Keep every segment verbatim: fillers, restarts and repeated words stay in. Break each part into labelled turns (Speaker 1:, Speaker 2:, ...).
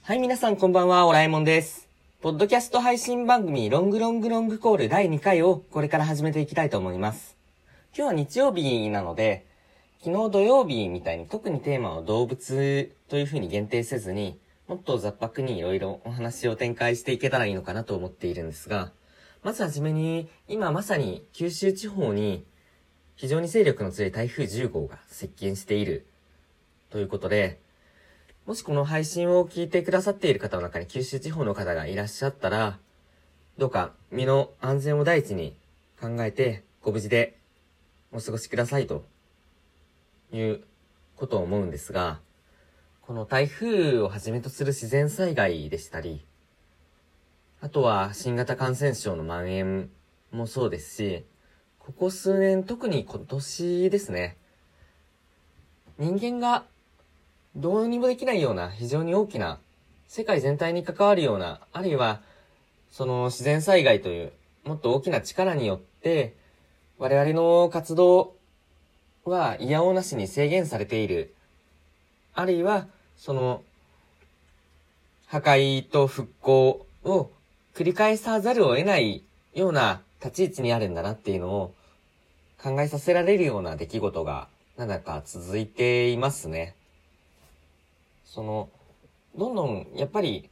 Speaker 1: はい、皆さんこんばんは、オラえもんです。ポッドキャスト配信番組ロングロングロングコールだいにかいをこれから始めていきたいと思います。今日は日曜日なので、昨日土曜日みたいに特にテーマを動物という風に限定せずに、もっと雑白にいろいろお話を展開していけたらいいのかなと思っているんですが、まずはじめに、今まさに九州地方に非常に勢力の強い台風じゅうごうが接近しているということで、もしこの配信を聞いてくださっている方の中に九州地方の方がいらっしゃったら、どうか身の安全を第一に考えてご無事でお過ごしくださいということを思うんですが、この台風をはじめとする自然災害でしたり、あとは新型感染症の蔓延もそうですし、ここ数年特に今年ですね、人間がどうにもできないような非常に大きな世界全体に関わるような、あるいはその自然災害というもっと大きな力によって我々の活動は否応なしに制限されている。あるいはその破壊と復興を繰り返さざるを得ないような立ち位置にあるんだなっていうのを考えさせられるような出来事がなんだか続いていますね。その、どんどんやっぱり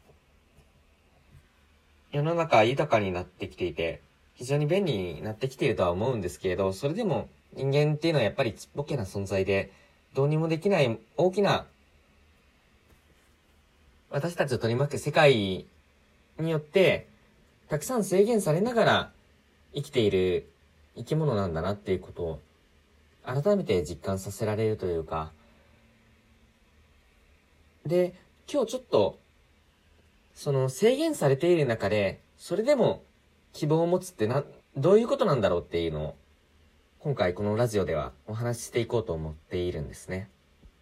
Speaker 1: 世の中豊かになってきていて、非常に便利になってきているとは思うんですけれど、それでも人間っていうのはやっぱりちっぽけな存在で、どうにもできない大きな私たちを取り巻く世界によって、たくさん制限されながら生きている生き物なんだなっていうことを改めて実感させられるというか、で、今日ちょっと、その制限されている中で、それでも希望を持つってな、どういうことなんだろうっていうのを、今回このラジオではお話ししていこうと思っているんですね。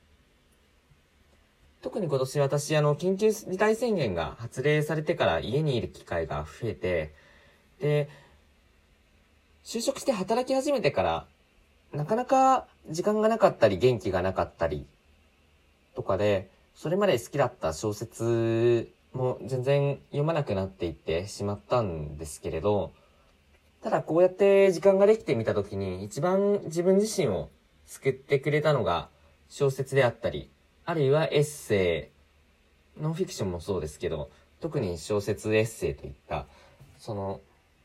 Speaker 1: 特に今年私、あの、緊急事態宣言が発令されてから家にいる機会が増えて、で、就職して働き始めてから、なかなか時間がなかったり元気がなかったりとかで、それまで好きだった小説も全然読まなくなっていってしまったんですけれど、ただこうやって時間ができてみたときに一番自分自身を救ってくれたのが小説であったり、あるいはエッセイ、ノンフィクションもそうですけど、特に小説エッセイといった、その、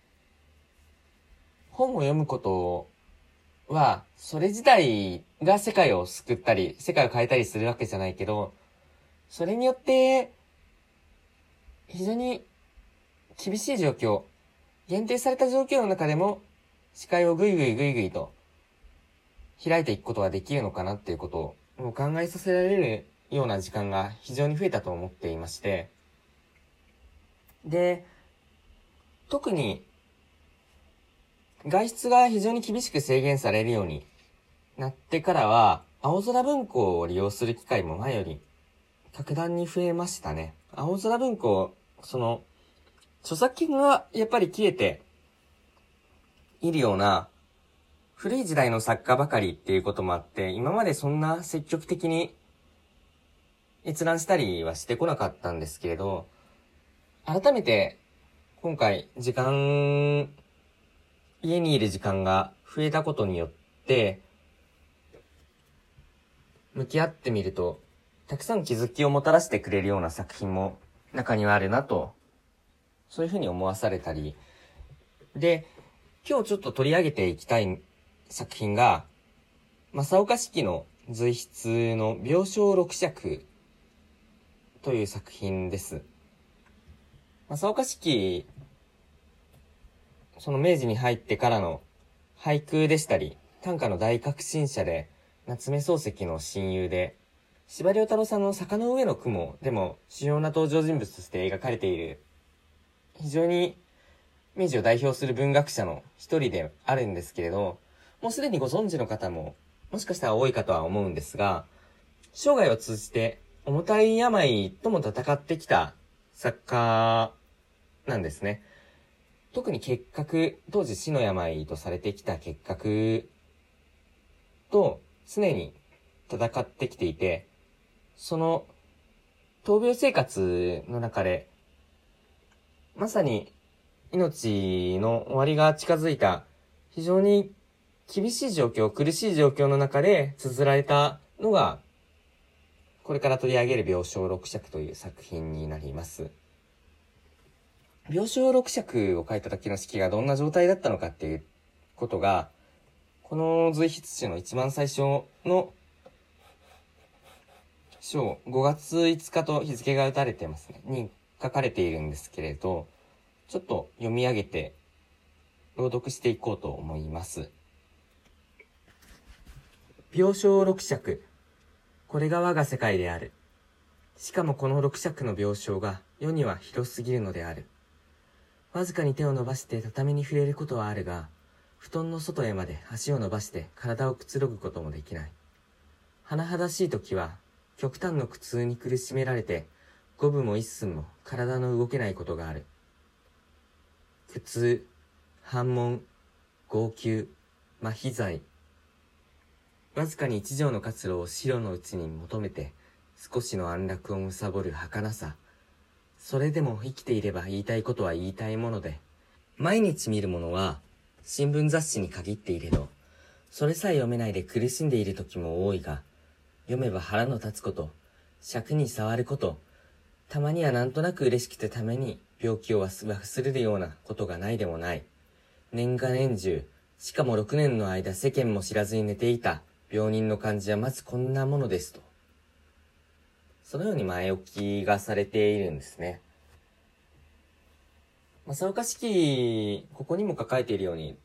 Speaker 1: 本を読むことは、それ自体が世界を救ったり、世界を変えたりするわけじゃないけど、それによって、非常に厳しい状況、限定された状況の中でも、視界をぐいぐいぐいぐいと開いていくことができるのかなっていうことを考えさせられるような時間が非常に増えたと思っていまして、で、特に外出が非常に厳しく制限されるようになってからは、青空文庫を利用する機会も前より格段に増えましたね。青空文庫、その、著作権がやっぱり消えているような古い時代の作家ばかりっていうこともあって、今までそんな積極的に閲覧したりはしてこなかったんですけれど、改めて今回時間、家にいる時間が増えたことによって向き合ってみると、たくさん気づきをもたらしてくれるような作品も中にはあるなと、そういうふうに思わされたり、で、今日ちょっと取り上げていきたい作品が、正岡子規の随筆の病床六尺という作品です。正岡子規、その明治に入ってからの俳句でしたり、短歌の大革新者で、夏目漱石の親友で、司馬遼太郎さんの坂の上の雲でも主要な登場人物として描かれている、非常に明治を代表する文学者の一人であるんですけれど、もうすでにご存知の方ももしかしたら多いかとは思うんですが、生涯を通じて重たい病とも戦ってきた作家なんですね。特に結核、当時死の病とされてきた結核と常に戦ってきていて、その闘病生活の中で、まさに命の終わりが近づいた非常に厳しい状況、苦しい状況の中で綴られたのが、これから取り上げる病床六尺という作品になります。病床六尺を書いた時の子規がどんな状態だったのかっていうことが、この随筆集の一番最初の章、ごがついつかと日付が打たれてますね、に書かれているんですけれど、ちょっと読み上げて朗読していこうと思います。病床六尺。これが我が世界である。しかもこの六尺の病床が世には広すぎるのである。わずかに手を伸ばして畳に触れることはあるが、布団の外へまで足を伸ばして体をくつろぐこともできない。甚だしい時は、極端の苦痛に苦しめられて、五分も一寸も体の動けないことがある。苦痛、反問、号泣、麻痺剤。わずかに一錠の活路を白のうちに求めて、少しの安楽を貪る儚さ。それでも生きていれば言いたいことは言いたいもので、毎日見るものは、新聞雑誌に限っていれど、それさえ読めないで苦しんでいる時も多いが、読めば腹の立つこと、尺に触ること、たまにはなんとなく嬉しくてために病気を忘れるようなことがないでもない。年が年中、しかもろくねんの間世間も知らずに寝ていた病人の感じはまずこんなものですと。そのように前置きがされているんですね。正岡子規、ここにも書かれているように、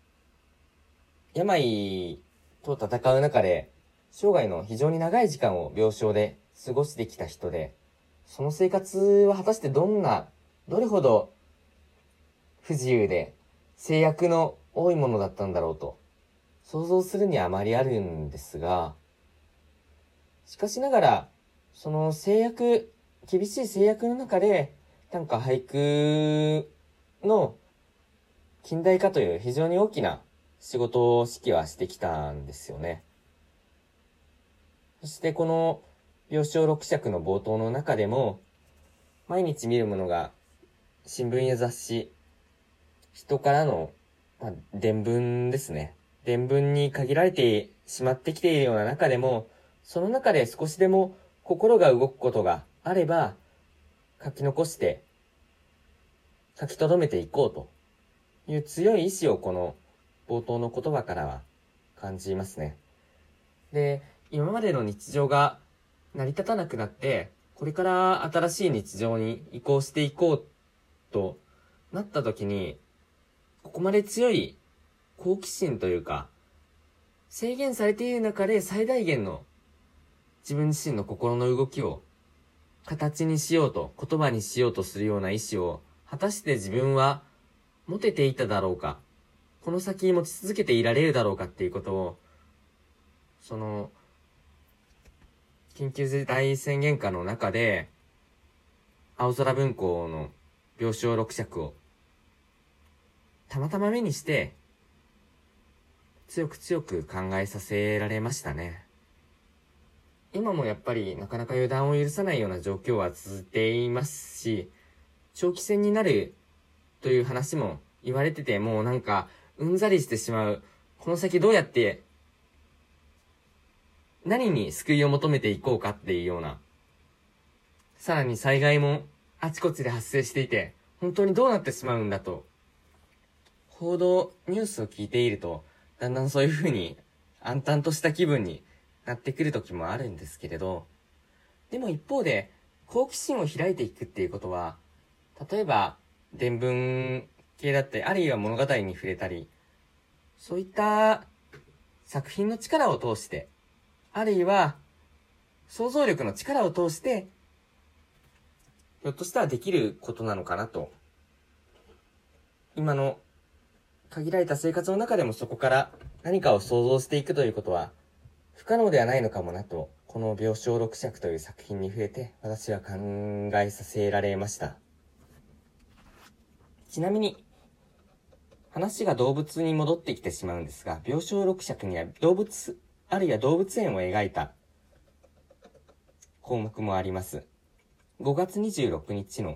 Speaker 1: 病と戦う中で、生涯の非常に長い時間を病床で過ごしてきた人で、その生活は果たしてどんな、どれほど不自由で制約の多いものだったんだろうと、想像するにはあまりあるんですが、しかしながら、その制約、厳しい制約の中で、短歌俳句の近代化という非常に大きな仕事を子規はしてきたんですよね。そしてこの病床六尺の冒頭の中でも、毎日見るものが新聞や雑誌、人からの、まあ、伝聞ですね。伝聞に限られてしまってきているような中でも、その中で少しでも心が動くことがあれば、書き残して、書き留めていこうという強い意志をこの冒頭の言葉からは感じますね。で、今までの日常が成り立たなくなって、これから新しい日常に移行していこうとなった時に、ここまで強い好奇心というか、制限されている中で最大限の自分自身の心の動きを形にしようと、言葉にしようとするような意志を果たして自分は持てていただろうか、この先持ち続けていられるだろうかっていうことを、その緊急事態宣言下の中で青空文庫の病床六尺をたまたま目にして強く強く考えさせられましたね。今もやっぱりなかなか予断を許さないような状況は続いていますし、長期戦になるという話も言われてて、もうなんかうんざりしてしまう。この先どうやって何に救いを求めていこうかっていうような、さらに災害もあちこちで発生していて、本当にどうなってしまうんだと、報道ニュースを聞いているとだんだんそういう風に暗淡とした気分になってくる時もあるんですけれど、でも一方で好奇心を開いていくっていうことは、例えば伝聞系だったり、あるいは物語に触れたり、そういった作品の力を通して、あるいは想像力の力を通して、ひょっとしたらできることなのかなと、今の限られた生活の中でもそこから何かを想像していくということは不可能ではないのかもなと、この病床六尺という作品に触れて私は考えさせられました。ちなみに話が動物に戻ってきてしまうんですが、病床六尺には動物、あるいは動物園を描いた項目もあります。 ごがつにじゅうろくにちの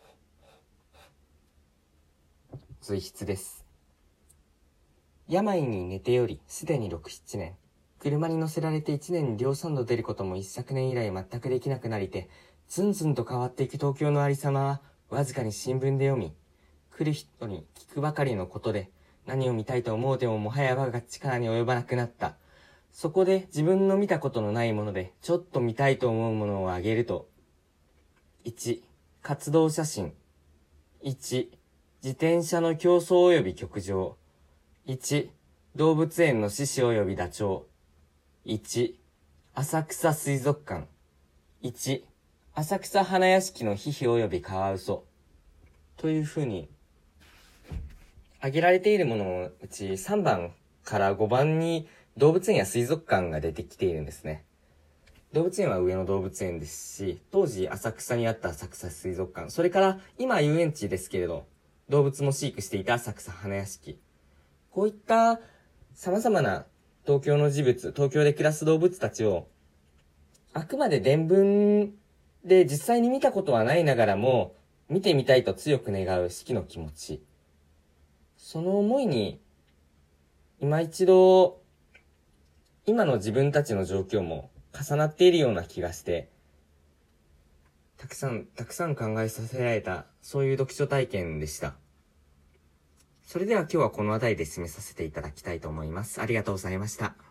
Speaker 1: 随筆です。病に寝てよりすでにろく、ななねん。車に乗せられていちねんに両三度出ることも一昨年以来全くできなくなりて、ずんずんと変わっていく東京のありさまは、わずかに新聞で読み、来る人に聞くばかりのことで、何を見たいと思うでももはや我が力に及ばなくなった。そこで自分の見たことのないもので、ちょっと見たいと思うものをあげると、いち、活動写真。いち、自転車の競争及び極上。いち、動物園の獅子及びダチョウ。いち、浅草水族館。いち、浅草花屋敷のヒヒ及びカワウソ。というふうに、挙げられているもののうちさんばんからごばんに動物園や水族館が出てきているんですね。動物園は上野動物園ですし、当時浅草にあった浅草水族館、それから今遊園地ですけれど、動物も飼育していた浅草花屋敷。こういった様々な東京の事物、東京で暮らす動物たちを、あくまで伝聞で実際に見たことはないながらも、見てみたいと強く願う四季の気持ち。その思いに、今一度、今の自分たちの状況も重なっているような気がして、たくさん、たくさん考えさせられた、そういう読書体験でした。それでは今日はこの辺りで締めさせていただきたいと思います。ありがとうございました。